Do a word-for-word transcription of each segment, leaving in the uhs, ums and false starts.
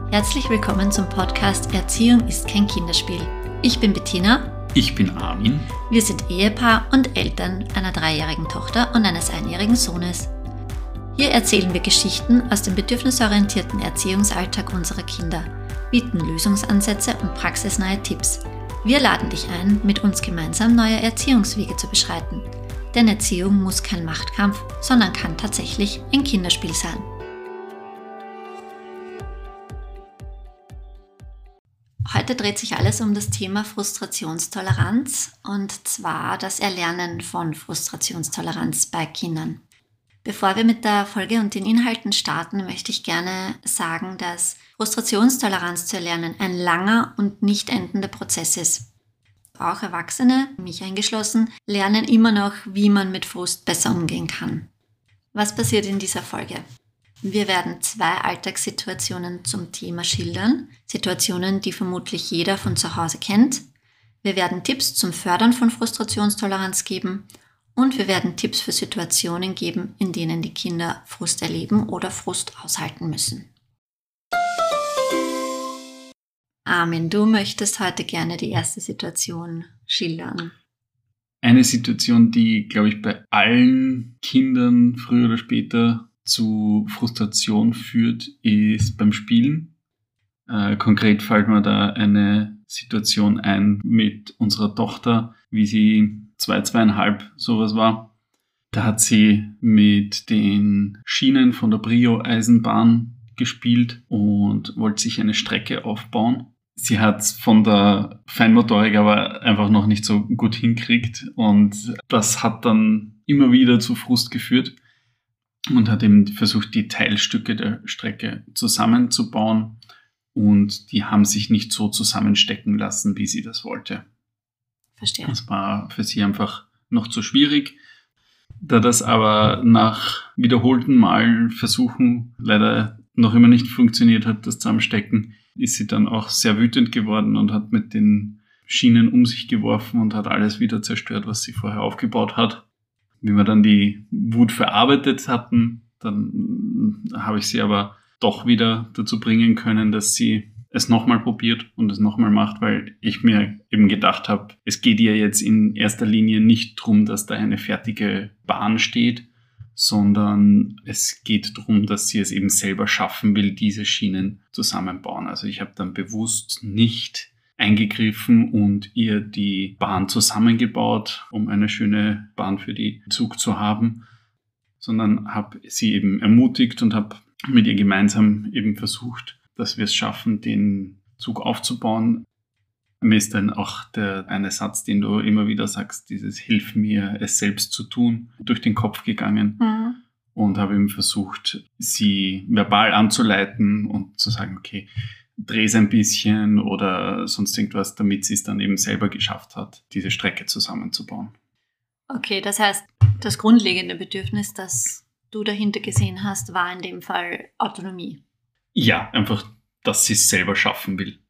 Herzlich willkommen zum Podcast Erziehung ist kein Kinderspiel. Ich bin Bettina. Ich bin Armin. Wir sind Ehepaar und Eltern einer dreijährigen Tochter und eines einjährigen Sohnes. Hier erzählen wir Geschichten aus dem bedürfnisorientierten Erziehungsalltag unserer Kinder, bieten Lösungsansätze und praxisnahe Tipps. Wir laden dich ein, mit uns gemeinsam neue Erziehungswege zu beschreiten. Denn Erziehung muss kein Machtkampf, sondern kann tatsächlich ein Kinderspiel sein. Heute dreht sich alles um das Thema Frustrationstoleranz und zwar das Erlernen von Frustrationstoleranz bei Kindern. Bevor wir mit der Folge und den Inhalten starten, möchte ich gerne sagen, dass Frustrationstoleranz zu erlernen ein langer und nicht endender Prozess ist. Auch Erwachsene, mich eingeschlossen, lernen immer noch, wie man mit Frust besser umgehen kann. Was passiert in dieser Folge? Wir werden zwei Alltagssituationen zum Thema schildern, Situationen, die vermutlich jeder von zu Hause kennt. Wir werden Tipps zum Fördern von Frustrationstoleranz geben und wir werden Tipps für Situationen geben, in denen die Kinder Frust erleben oder Frust aushalten müssen. Armin, du möchtest heute gerne die erste Situation schildern. Eine Situation, die, glaube ich, bei allen Kindern früher oder später zu Frustration führt, ist beim Spielen. Äh, konkret fällt mir da eine Situation ein mit unserer Tochter, wie sie zwei, zweieinhalb sowas war. Da hat sie mit den Schienen von der Brio-Eisenbahn gespielt und wollte sich eine Strecke aufbauen. Sie hat es von der Feinmotorik aber einfach noch nicht so gut hinkriegt und das hat dann immer wieder zu Frust geführt. Und hat eben versucht, die Teilstücke der Strecke zusammenzubauen und die haben sich nicht so zusammenstecken lassen, wie sie das wollte. Verstehe. Das war für sie einfach noch zu schwierig. Da das aber nach wiederholten Malen Versuchen leider noch immer nicht funktioniert hat, das Zusammenstecken, ist sie dann auch sehr wütend geworden und hat mit den Schienen um sich geworfen und hat alles wieder zerstört, was sie vorher aufgebaut hat. Wie wir dann die Wut verarbeitet hatten, dann habe ich sie aber doch wieder dazu bringen können, dass sie es nochmal probiert und es nochmal macht, weil ich mir eben gedacht habe, es geht ihr jetzt in erster Linie nicht darum, dass da eine fertige Bahn steht, sondern es geht darum, dass sie es eben selber schaffen will, diese Schienen zusammenbauen. Also ich habe dann bewusst nicht eingegriffen und ihr die Bahn zusammengebaut, um eine schöne Bahn für die Zug zu haben, sondern habe sie eben ermutigt und habe mit ihr gemeinsam eben versucht, dass wir es schaffen, den Zug aufzubauen. Mir ist dann auch der eine Satz, den du immer wieder sagst, dieses Hilf mir, es selbst zu tun, durch den Kopf gegangen mhm. und habe eben versucht, sie verbal anzuleiten und zu sagen, okay, dreh es ein bisschen oder sonst irgendwas, damit sie es dann eben selber geschafft hat, diese Strecke zusammenzubauen. Okay, das heißt, das grundlegende Bedürfnis, das du dahinter gesehen hast, war in dem Fall Autonomie. Ja, einfach, dass sie es selber schaffen will.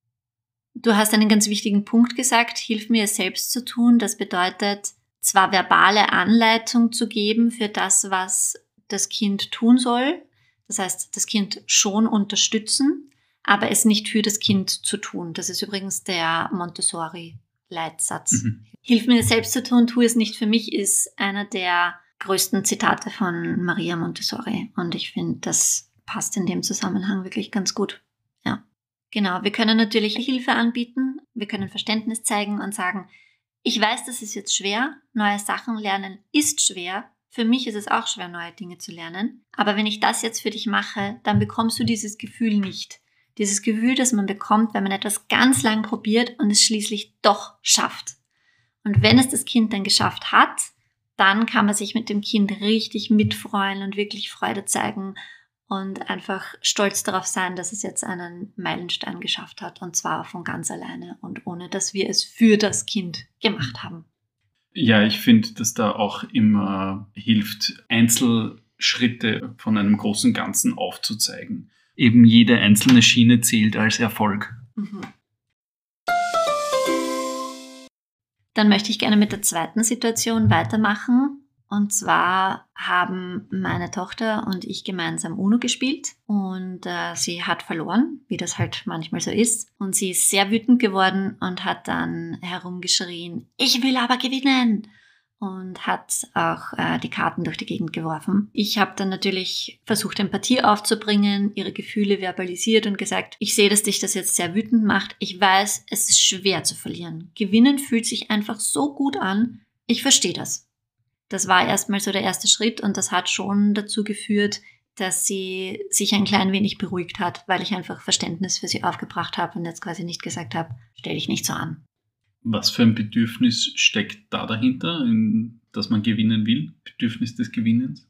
Du hast einen ganz wichtigen Punkt gesagt, hilf mir es selbst zu tun. Das bedeutet, zwar verbale Anleitung zu geben für das, was das Kind tun soll. Das heißt, das Kind schon unterstützen, aber es nicht für das Kind zu tun. Das ist übrigens der Montessori-Leitsatz. Mhm. Hilf mir es selbst zu tun, tu es nicht für mich, ist einer der größten Zitate von Maria Montessori. Und ich finde, das passt in dem Zusammenhang wirklich ganz gut. Ja, genau. Wir können natürlich Hilfe anbieten. Wir können Verständnis zeigen und sagen, ich weiß, das ist jetzt schwer. Neue Sachen lernen ist schwer. Für mich ist es auch schwer, neue Dinge zu lernen. Aber wenn ich das jetzt für dich mache, dann bekommst du dieses Gefühl nicht. Dieses Gefühl, das man bekommt, wenn man etwas ganz lang probiert und es schließlich doch schafft. Und wenn es das Kind dann geschafft hat, dann kann man sich mit dem Kind richtig mitfreuen und wirklich Freude zeigen und einfach stolz darauf sein, dass es jetzt einen Meilenstein geschafft hat und zwar von ganz alleine und ohne, dass wir es für das Kind gemacht haben. Ja, ich finde, dass da auch immer hilft, Einzelschritte von einem großen Ganzen aufzuzeigen. Eben jede einzelne Schiene zählt als Erfolg. Mhm. Dann möchte ich gerne mit der zweiten Situation weitermachen. Und zwar haben meine Tochter und ich gemeinsam Uno gespielt und äh, sie hat verloren, wie das halt manchmal so ist. Und sie ist sehr wütend geworden und hat dann herumgeschrien, ich will aber gewinnen! Und hat auch äh, die Karten durch die Gegend geworfen. Ich habe dann natürlich versucht, Empathie aufzubringen, ihre Gefühle verbalisiert und gesagt, ich sehe, dass dich das jetzt sehr wütend macht. Ich weiß, es ist schwer zu verlieren. Gewinnen fühlt sich einfach so gut an. Ich verstehe das. Das war erstmal so der erste Schritt und das hat schon dazu geführt, dass sie sich ein klein wenig beruhigt hat, weil ich einfach Verständnis für sie aufgebracht habe und jetzt quasi nicht gesagt habe, stell dich nicht so an. Was für ein Bedürfnis steckt da dahinter, in, dass man gewinnen will? Bedürfnis des Gewinnens?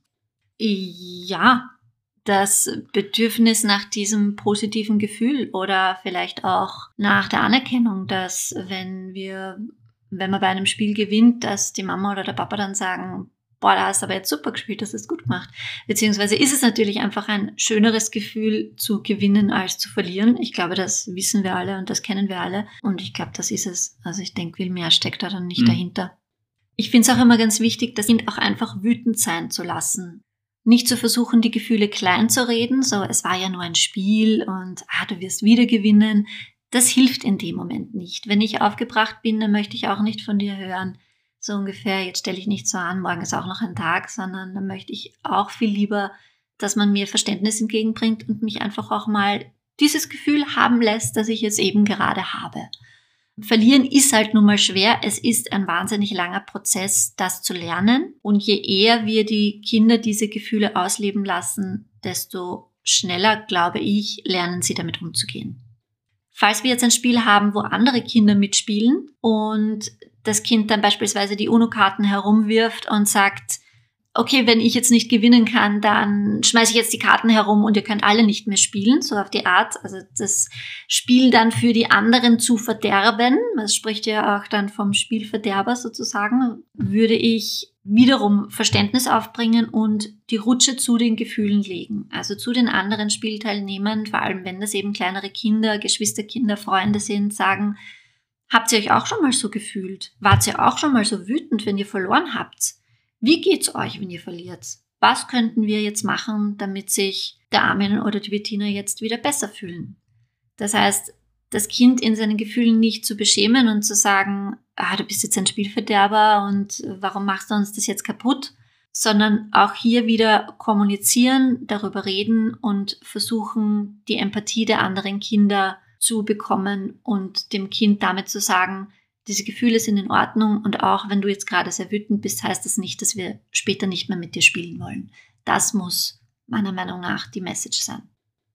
Ja, das Bedürfnis nach diesem positiven Gefühl oder vielleicht auch nach der Anerkennung, dass wenn wir, wenn man bei einem Spiel gewinnt, dass die Mama oder der Papa dann sagen, boah, da hast du aber jetzt super gespielt, das hast du gut gemacht. Beziehungsweise ist es natürlich einfach ein schöneres Gefühl zu gewinnen als zu verlieren. Ich glaube, das wissen wir alle und das kennen wir alle. Und ich glaube, das ist es. Also ich denke, viel mehr steckt da dann nicht mhm. dahinter. Ich finde es auch immer ganz wichtig, das Kind auch einfach wütend sein zu lassen. Nicht zu versuchen, die Gefühle klein zu reden, so es war ja nur ein Spiel und ah, du wirst wieder gewinnen. Das hilft in dem Moment nicht. Wenn ich aufgebracht bin, dann möchte ich auch nicht von dir hören, so ungefähr, jetzt stelle ich nicht so an, morgen ist auch noch ein Tag, sondern dann möchte ich auch viel lieber, dass man mir Verständnis entgegenbringt und mich einfach auch mal dieses Gefühl haben lässt, das ich jetzt eben gerade habe. Verlieren ist halt nun mal schwer. Es ist ein wahnsinnig langer Prozess, das zu lernen. Und je eher wir die Kinder diese Gefühle ausleben lassen, desto schneller, glaube ich, lernen sie damit umzugehen. Falls wir jetzt ein Spiel haben, wo andere Kinder mitspielen und das Kind dann beispielsweise die Uno-Karten herumwirft und sagt, okay, wenn ich jetzt nicht gewinnen kann, dann schmeiße ich jetzt die Karten herum und ihr könnt alle nicht mehr spielen, so auf die Art. Also das Spiel dann für die anderen zu verderben, das spricht ja auch dann vom Spielverderber sozusagen, würde ich wiederum Verständnis aufbringen und die Rutsche zu den Gefühlen legen. Also zu den anderen Spielteilnehmern, vor allem wenn das eben kleinere Kinder, Geschwisterkinder, Freunde sind, sagen, habt ihr euch auch schon mal so gefühlt? Wart ihr auch schon mal so wütend, wenn ihr verloren habt? Wie geht's euch, wenn ihr verliert? Was könnten wir jetzt machen, damit sich der Armin oder die Bettina jetzt wieder besser fühlen? Das heißt, das Kind in seinen Gefühlen nicht zu beschämen und zu sagen, ah, du bist jetzt ein Spielverderber und warum machst du uns das jetzt kaputt? Sondern auch hier wieder kommunizieren, darüber reden und versuchen, die Empathie der anderen Kinder zu bekommen und dem Kind damit zu sagen, diese Gefühle sind in Ordnung und auch wenn du jetzt gerade sehr wütend bist, heißt das nicht, dass wir später nicht mehr mit dir spielen wollen. Das muss meiner Meinung nach die Message sein.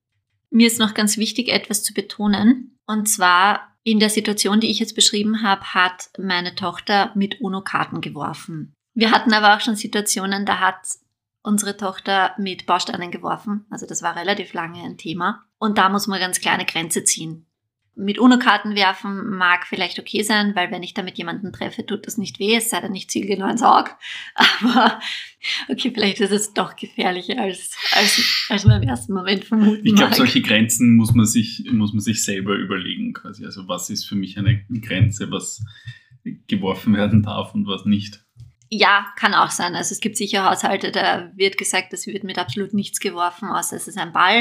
Mir ist noch ganz wichtig, etwas zu betonen. Und zwar in der Situation, die ich jetzt beschrieben habe, hat meine Tochter mit Uno Karten geworfen. Wir hatten aber auch schon Situationen, da hat unsere Tochter mit Bausteinen geworfen. Also das war relativ lange ein Thema. Und da muss man ganz klar eine Grenze ziehen. Mit Uno-Karten werfen mag vielleicht okay sein, weil wenn ich damit jemanden treffe, tut das nicht weh, es sei denn nicht zielgenau ins Auge. Aber okay, vielleicht ist es doch gefährlicher, als, als, als man im ersten Moment vermuten Ich glaube, mag. solche Grenzen muss man sich, muss man sich selber überlegen quasi. Also was ist für mich eine Grenze, was geworfen werden darf und was nicht. Ja, kann auch sein. Also es gibt sicher Haushalte, da wird gesagt, es wird mit absolut nichts geworfen, außer es ist ein Ball.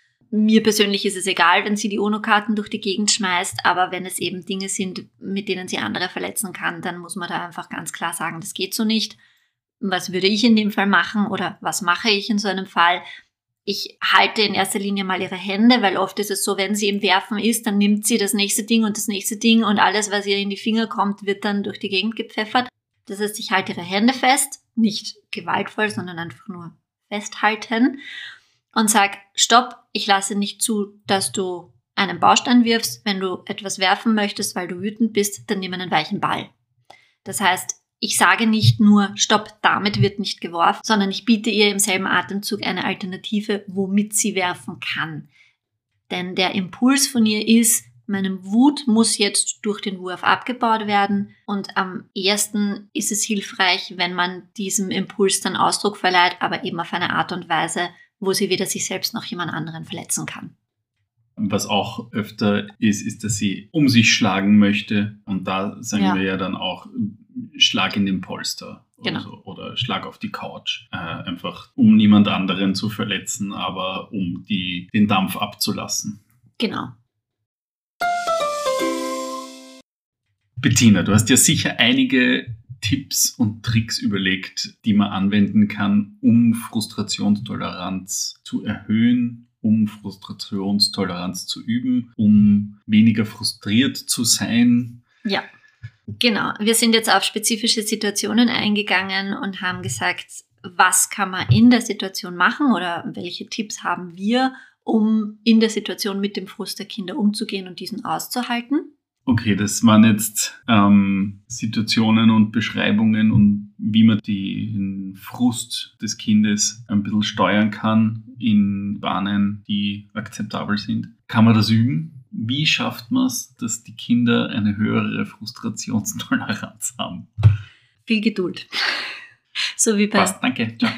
Mir persönlich ist es egal, wenn sie die Uno-Karten durch die Gegend schmeißt, aber wenn es eben Dinge sind, mit denen sie andere verletzen kann, dann muss man da einfach ganz klar sagen, das geht so nicht. Was würde ich in dem Fall machen oder was mache ich in so einem Fall? Ich halte in erster Linie mal ihre Hände, weil oft ist es so, wenn sie im Werfen ist, dann nimmt sie das nächste Ding und das nächste Ding und alles, was ihr in die Finger kommt, wird dann durch die Gegend gepfeffert. Das heißt, ich halte ihre Hände fest, nicht gewaltvoll, sondern einfach nur festhalten. Und sag, stopp, ich lasse nicht zu, dass du einen Baustein wirfst. Wenn du etwas werfen möchtest, weil du wütend bist, dann nimm einen weichen Ball. Das heißt, ich sage nicht nur, stopp, damit wird nicht geworfen, sondern ich biete ihr im selben Atemzug eine Alternative, womit sie werfen kann. Denn der Impuls von ihr ist, meine Wut muss jetzt durch den Wurf abgebaut werden und am ersten ist es hilfreich, wenn man diesem Impuls dann Ausdruck verleiht, aber eben auf eine Art und Weise, wo sie weder sich selbst noch jemand anderen verletzen kann. Was auch öfter ist, ist, dass sie um sich schlagen möchte. Und da sagen ja. wir ja dann auch, Schlag in den Polster Genau. oder, so, oder Schlag auf die Couch. Äh, einfach um niemand anderen zu verletzen, aber um die, den Dampf abzulassen. Genau. Bettina, du hast ja sicher einige Tipps und Tricks überlegt, die man anwenden kann, um Frustrationstoleranz zu erhöhen, um Frustrationstoleranz zu üben, um weniger frustriert zu sein. Ja, genau. Wir sind jetzt auf spezifische Situationen eingegangen und haben gesagt, was kann man in der Situation machen oder welche Tipps haben wir, um in der Situation mit dem Frust der Kinder umzugehen und diesen auszuhalten. Okay, das waren jetzt ähm, Situationen und Beschreibungen und wie man den Frust des Kindes ein bisschen steuern kann in Bahnen, die akzeptabel sind. Kann man das üben? Wie schafft man es, dass die Kinder eine höhere Frustrationstoleranz haben? Viel Geduld. So wie bei, Passt, danke. Ciao.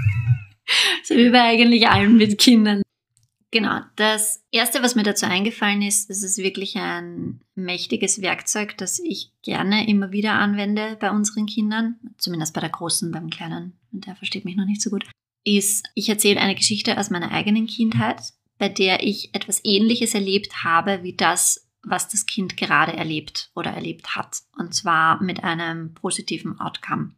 so wie bei eigentlich allen mit Kindern. Genau, das Erste, was mir dazu eingefallen ist, das ist wirklich ein mächtiges Werkzeug, das ich gerne immer wieder anwende bei unseren Kindern, zumindest bei der Großen, beim Kleinen, der versteht mich noch nicht so gut, ist, ich erzähle eine Geschichte aus meiner eigenen Kindheit, bei der ich etwas Ähnliches erlebt habe, wie das, was das Kind gerade erlebt oder erlebt hat, und zwar mit einem positiven Outcome.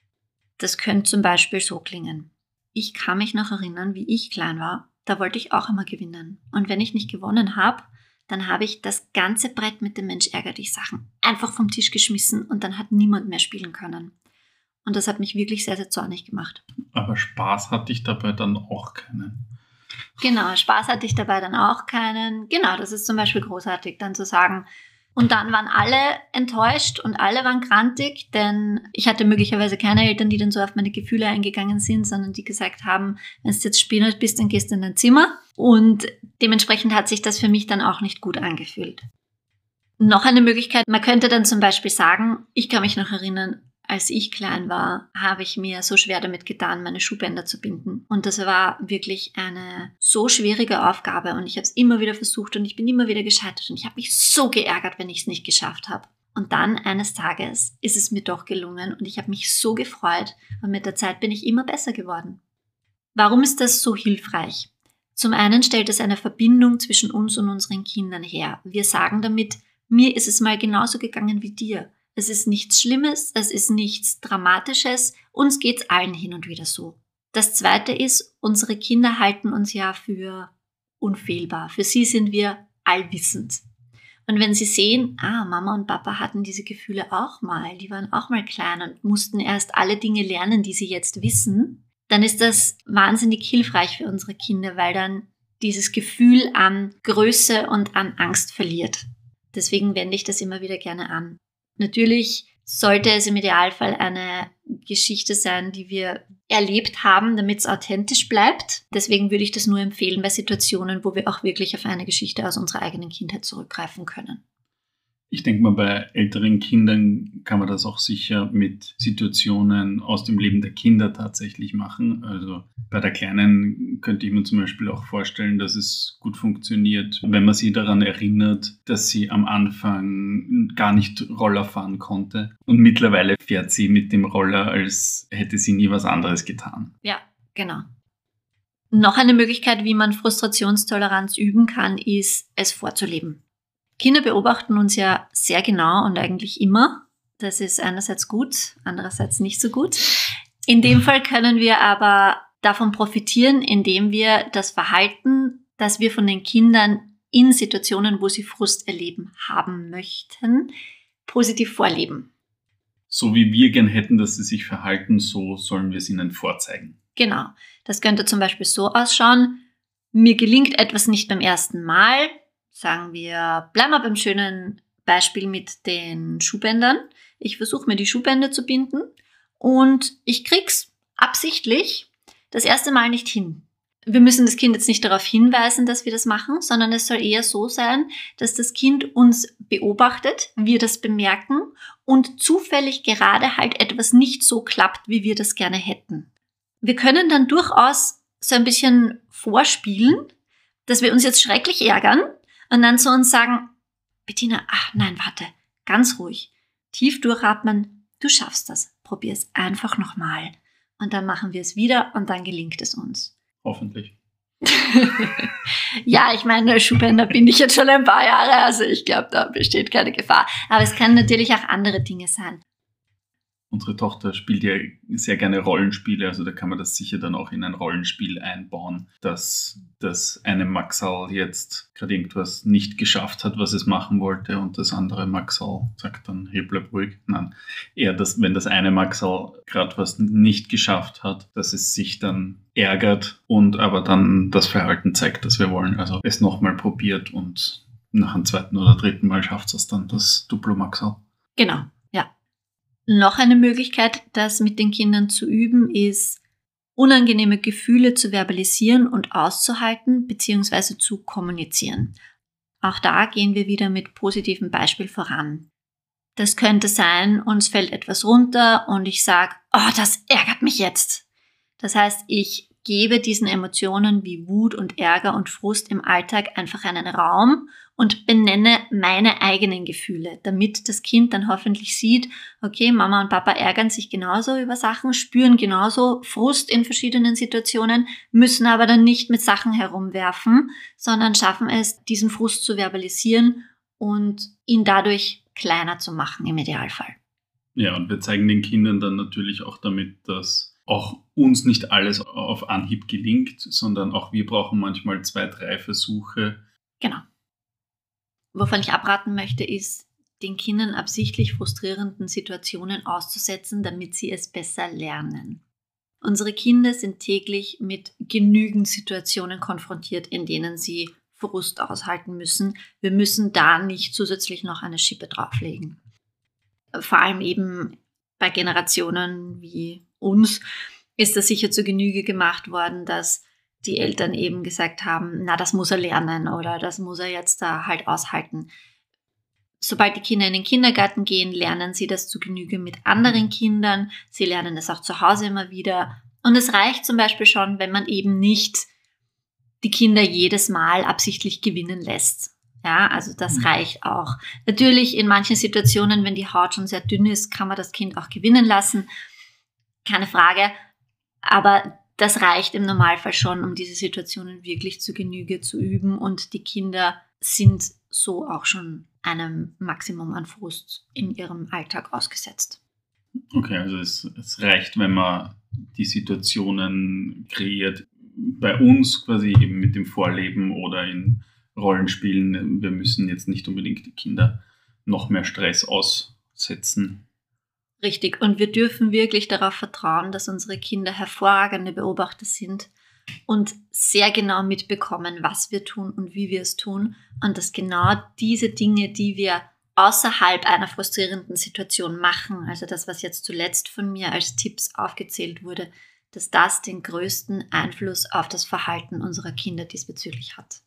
Das könnte zum Beispiel so klingen. Ich kann mich noch erinnern, wie ich klein war. Da wollte ich auch immer gewinnen. Und wenn ich nicht gewonnen habe, dann habe ich das ganze Brett mit dem Mensch ärger dich Sachen einfach vom Tisch geschmissen und dann hat niemand mehr spielen können. Und das hat mich wirklich sehr, sehr zornig gemacht. Aber Spaß hatte ich dabei dann auch keinen. Genau, Spaß hatte ich dabei dann auch keinen. Genau, das ist zum Beispiel großartig, dann zu sagen, und dann waren alle enttäuscht und alle waren grantig, denn ich hatte möglicherweise keine Eltern, die dann so auf meine Gefühle eingegangen sind, sondern die gesagt haben, wenn du jetzt spielend bist, dann gehst du in dein Zimmer. Und dementsprechend hat sich das für mich dann auch nicht gut angefühlt. Noch eine Möglichkeit, man könnte dann zum Beispiel sagen, ich kann mich noch erinnern, als ich klein war, habe ich mir so schwer damit getan, meine Schuhbänder zu binden. Und das war wirklich eine so schwierige Aufgabe und ich habe es immer wieder versucht und ich bin immer wieder gescheitert und ich habe mich so geärgert, wenn ich es nicht geschafft habe. Und dann eines Tages ist es mir doch gelungen und ich habe mich so gefreut und mit der Zeit bin ich immer besser geworden. Warum ist das so hilfreich? Zum einen stellt es eine Verbindung zwischen uns und unseren Kindern her. Wir sagen damit, mir ist es mal genauso gegangen wie dir. Es ist nichts Schlimmes, es ist nichts Dramatisches, uns geht's allen hin und wieder so. Das Zweite ist, unsere Kinder halten uns ja für unfehlbar. Für sie sind wir allwissend. Und wenn sie sehen, ah, Mama und Papa hatten diese Gefühle auch mal, die waren auch mal klein und mussten erst alle Dinge lernen, die sie jetzt wissen, dann ist das wahnsinnig hilfreich für unsere Kinder, weil dann dieses Gefühl an Größe und an Angst verliert. Deswegen wende ich das immer wieder gerne an. Natürlich sollte es im Idealfall eine Geschichte sein, die wir erlebt haben, damit es authentisch bleibt. Deswegen würde ich das nur empfehlen bei Situationen, wo wir auch wirklich auf eine Geschichte aus unserer eigenen Kindheit zurückgreifen können. Ich denke mal, bei älteren Kindern kann man das auch sicher mit Situationen aus dem Leben der Kinder tatsächlich machen. Also bei der Kleinen könnte ich mir zum Beispiel auch vorstellen, dass es gut funktioniert, wenn man sie daran erinnert, dass sie am Anfang gar nicht Roller fahren konnte. Und mittlerweile fährt sie mit dem Roller, als hätte sie nie was anderes getan. Ja, genau. Noch eine Möglichkeit, wie man Frustrationstoleranz üben kann, ist, es vorzuleben. Kinder beobachten uns ja sehr genau und eigentlich immer. Das ist einerseits gut, andererseits nicht so gut. In dem Fall können wir aber davon profitieren, indem wir das Verhalten, das wir von den Kindern in Situationen, wo sie Frust erleben, haben möchten, positiv vorleben. So wie wir gern hätten, dass sie sich verhalten, so sollen wir es ihnen vorzeigen. Genau. Das könnte zum Beispiel so ausschauen, mir gelingt etwas nicht beim ersten Mal. Sagen wir, bleiben wir beim schönen Beispiel mit den Schuhbändern. Ich versuche mir die Schuhbänder zu binden und ich krieg's absichtlich das erste Mal nicht hin. Wir müssen das Kind jetzt nicht darauf hinweisen, dass wir das machen, sondern es soll eher so sein, dass das Kind uns beobachtet, wir das bemerken und zufällig gerade halt etwas nicht so klappt, wie wir das gerne hätten. Wir können dann durchaus so ein bisschen vorspielen, dass wir uns jetzt schrecklich ärgern, und dann zu uns sagen, Bettina, ach nein, warte, ganz ruhig, tief durchatmen, du schaffst das, probier es einfach nochmal. Und dann machen wir es wieder und dann gelingt es uns. Hoffentlich. Ja, ich meine, Schuhbänder bin ich jetzt schon ein paar Jahre, also ich glaube, da besteht keine Gefahr. Aber es kann natürlich auch andere Dinge sein. Unsere Tochter spielt ja sehr gerne Rollenspiele, also da kann man das sicher dann auch in ein Rollenspiel einbauen, dass das eine Maxal jetzt gerade irgendwas nicht geschafft hat, was es machen wollte, und das andere Maxal sagt dann, hey, bleib ruhig. Nein, eher, dass, wenn das eine Maxal gerade was nicht geschafft hat, dass es sich dann ärgert und aber dann das Verhalten zeigt, das wir wollen. Also es nochmal probiert und nach dem zweiten oder dritten Mal schafft es dann das Duplo-Maxal. Genau, ja. Noch eine Möglichkeit, das mit den Kindern zu üben, ist, unangenehme Gefühle zu verbalisieren und auszuhalten bzw. zu kommunizieren. Auch da gehen wir wieder mit positivem Beispiel voran. Das könnte sein, uns fällt etwas runter und ich sage, oh, das ärgert mich jetzt. Das heißt, ich gebe diesen Emotionen wie Wut und Ärger und Frust im Alltag einfach einen Raum und benenne meine eigenen Gefühle, damit das Kind dann hoffentlich sieht, okay, Mama und Papa ärgern sich genauso über Sachen, spüren genauso Frust in verschiedenen Situationen, müssen aber dann nicht mit Sachen herumwerfen, sondern schaffen es, diesen Frust zu verbalisieren und ihn dadurch kleiner zu machen im Idealfall. Ja, und wir zeigen den Kindern dann natürlich auch damit, dass auch uns nicht alles auf Anhieb gelingt, sondern auch wir brauchen manchmal zwei, drei Versuche. Genau. Wovon ich abraten möchte, ist, den Kindern absichtlich frustrierenden Situationen auszusetzen, damit sie es besser lernen. Unsere Kinder sind täglich mit genügend Situationen konfrontiert, in denen sie Frust aushalten müssen. Wir müssen da nicht zusätzlich noch eine Schippe drauflegen. Vor allem eben bei Generationen wie uns ist das sicher zur Genüge gemacht worden, dass die Eltern eben gesagt haben, na, das muss er lernen oder das muss er jetzt da halt aushalten. Sobald die Kinder in den Kindergarten gehen, lernen sie das zu Genüge mit anderen Kindern. Sie lernen es auch zu Hause immer wieder. Und es reicht zum Beispiel schon, wenn man eben nicht die Kinder jedes Mal absichtlich gewinnen lässt. Ja, also das reicht auch. Natürlich in manchen Situationen, wenn die Haut schon sehr dünn ist, kann man das Kind auch gewinnen lassen. Keine Frage. Aber das reicht im Normalfall schon, um diese Situationen wirklich zu Genüge zu üben. Und die Kinder sind so auch schon einem Maximum an Frust in ihrem Alltag ausgesetzt. Okay, also es, es reicht, wenn man die Situationen kreiert, bei uns quasi eben mit dem Vorleben oder in Rollenspielen. Wir müssen jetzt nicht unbedingt die Kinder noch mehr Stress aussetzen. Richtig, und wir dürfen wirklich darauf vertrauen, dass unsere Kinder hervorragende Beobachter sind und sehr genau mitbekommen, was wir tun und wie wir es tun und dass genau diese Dinge, die wir außerhalb einer frustrierenden Situation machen, also das, was jetzt zuletzt von mir als Tipps aufgezählt wurde, dass das den größten Einfluss auf das Verhalten unserer Kinder diesbezüglich hat.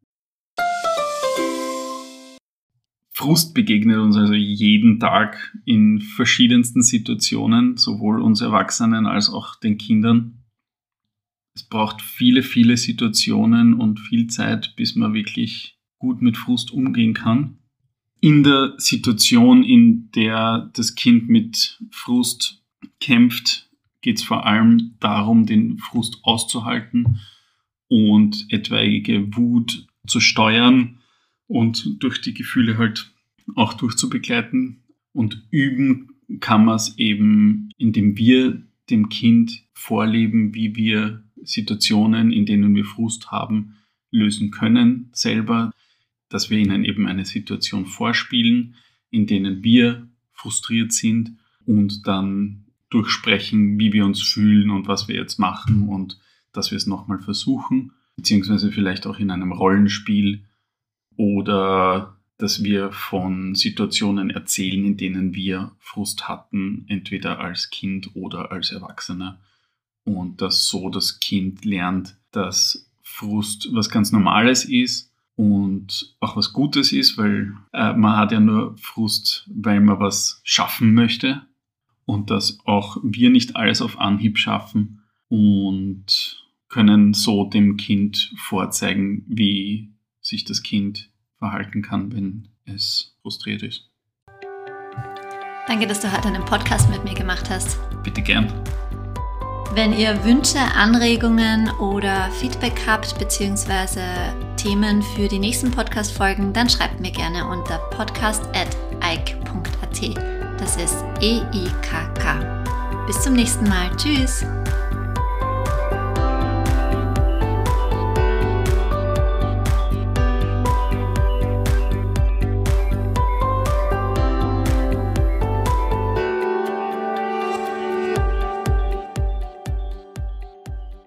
Frust begegnet uns also jeden Tag in verschiedensten Situationen, sowohl uns Erwachsenen als auch den Kindern. Es braucht viele, viele Situationen und viel Zeit, bis man wirklich gut mit Frust umgehen kann. In der Situation, in der das Kind mit Frust kämpft, geht es vor allem darum, den Frust auszuhalten und etwaige Wut zu steuern und durch die Gefühle halt auch durchzubegleiten. Und üben kann man es eben, indem wir dem Kind vorleben, wie wir Situationen, in denen wir Frust haben, lösen können selber. Dass wir ihnen eben eine Situation vorspielen, in denen wir frustriert sind und dann durchsprechen, wie wir uns fühlen und was wir jetzt machen und dass wir es nochmal versuchen, beziehungsweise vielleicht auch in einem Rollenspiel oder dass wir von Situationen erzählen, in denen wir Frust hatten, entweder als Kind oder als Erwachsener. Und dass so das Kind lernt, dass Frust was ganz Normales ist und auch was Gutes ist, weil äh, man hat ja nur Frust, weil man was schaffen möchte und dass auch wir nicht alles auf Anhieb schaffen und können so dem Kind vorzeigen, wie sich das Kind verhalten kann, wenn es frustriert ist. Danke, dass du heute einen Podcast mit mir gemacht hast. Bitte gern. Wenn ihr Wünsche, Anregungen oder Feedback habt bzw. Themen für die nächsten Podcast-Folgen, dann schreibt mir gerne unter podcast at eik punkt at. Das ist E I K K. Bis zum nächsten Mal. Tschüss!